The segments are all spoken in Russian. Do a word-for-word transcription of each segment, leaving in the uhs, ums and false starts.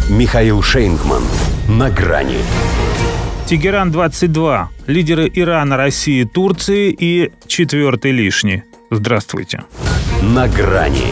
Михаил Шейнгман. На грани. Тегеран двадцать два. Лидеры Ирана, России, Турции и четвертый лишний. Здравствуйте. На грани.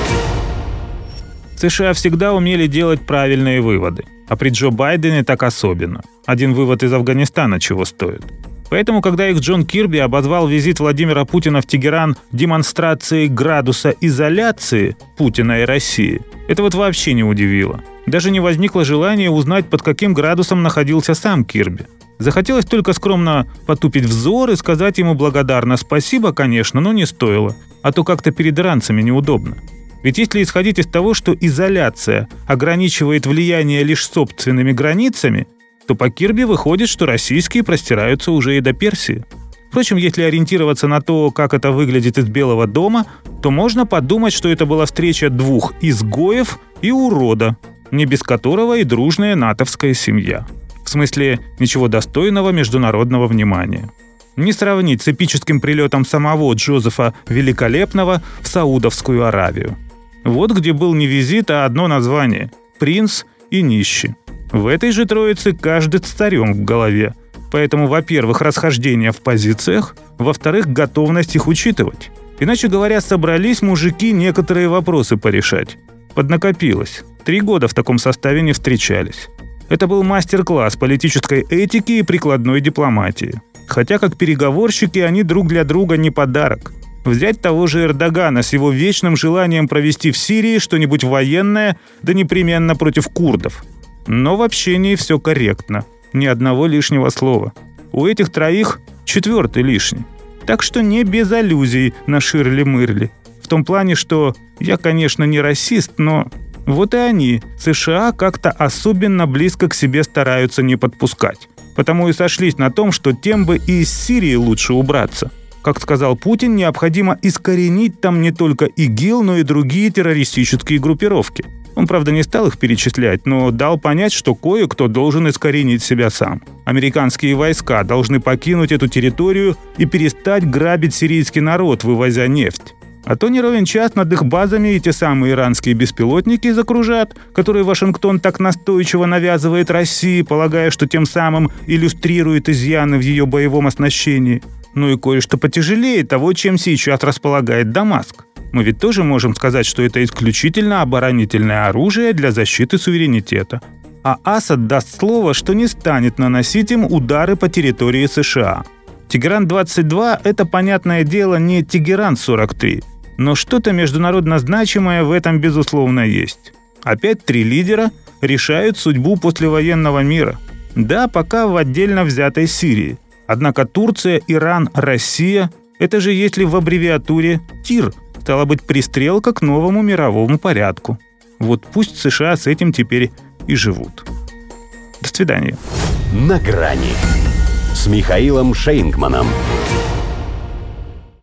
США всегда умели делать правильные выводы. А при Джо Байдене так особенно. Один вывод из Афганистана чего стоит. Поэтому, когда их Джон Кирби обозвал визит Владимира Путина в Тегеран демонстрацией градуса изоляции Путина и России, это вот вообще не удивило. Даже не возникло желания узнать, под каким градусом находился сам Кирби. Захотелось только скромно потупить взор и сказать ему благодарно спасибо, конечно, но не стоило, а то как-то перед иранцами неудобно. Ведь если исходить из того, что изоляция ограничивает влияние лишь собственными границами, то по Кирби выходит, что российские простираются уже и до Персии. Впрочем, если ориентироваться на то, как это выглядит из Белого дома, то можно подумать, что это была встреча двух изгоев и урода, не без которого и дружная натовская семья. В смысле, ничего достойного международного внимания. Не сравнить с эпическим прилетом самого Джозефа Великолепного в Саудовскую Аравию. Вот где был не визит, а одно название – «Принц и нищий». В этой же троице каждый с царем в голове. Поэтому, во-первых, расхождение в позициях, во-вторых, готовность их учитывать. Иначе говоря, собрались мужики некоторые вопросы порешать. Поднакопилось. Три года в таком составе не встречались. Это был мастер-класс политической этики и прикладной дипломатии. Хотя как переговорщики они друг для друга не подарок. Взять того же Эрдогана с его вечным желанием провести в Сирии что-нибудь военное, да непременно против курдов. Но в общении все корректно. Ни одного лишнего слова. У этих троих четвертый лишний. Так что не без аллюзий на Ширли-Мырли. В том плане, что я, конечно, не расист, но вот и они, США, как-то особенно близко к себе стараются не подпускать. Потому и сошлись на том, что тем бы и из Сирии лучше убраться. Как сказал Путин, необходимо искоренить там не только ИГИЛ, но и другие террористические группировки. Он, правда, не стал их перечислять, но дал понять, что кое-кто должен искоренить себя сам. Американские войска должны покинуть эту территорию и перестать грабить сирийский народ, вывозя нефть. А то не ровен час над их базами и те самые иранские беспилотники закружат, которые Вашингтон так настойчиво навязывает России, полагая, что тем самым иллюстрирует изъяны в ее боевом оснащении. Ну и кое-что потяжелее того, чем сейчас располагает Дамаск. Мы ведь тоже можем сказать, что это исключительно оборонительное оружие для защиты суверенитета. А Асад даст слово, что не станет наносить им удары по территории США. Тегеран двадцать два – это, понятное дело, не Тегеран сорок три. Но что-то международно значимое в этом, безусловно, есть. Опять три лидера решают судьбу послевоенного мира. Да, пока в отдельно взятой Сирии. Однако Турция, Иран, Россия – это же если в аббревиатуре ТИР, стало быть, пристрелка к новому мировому порядку. Вот пусть США с этим теперь и живут. До свидания. На грани с Михаилом Шейнгманом.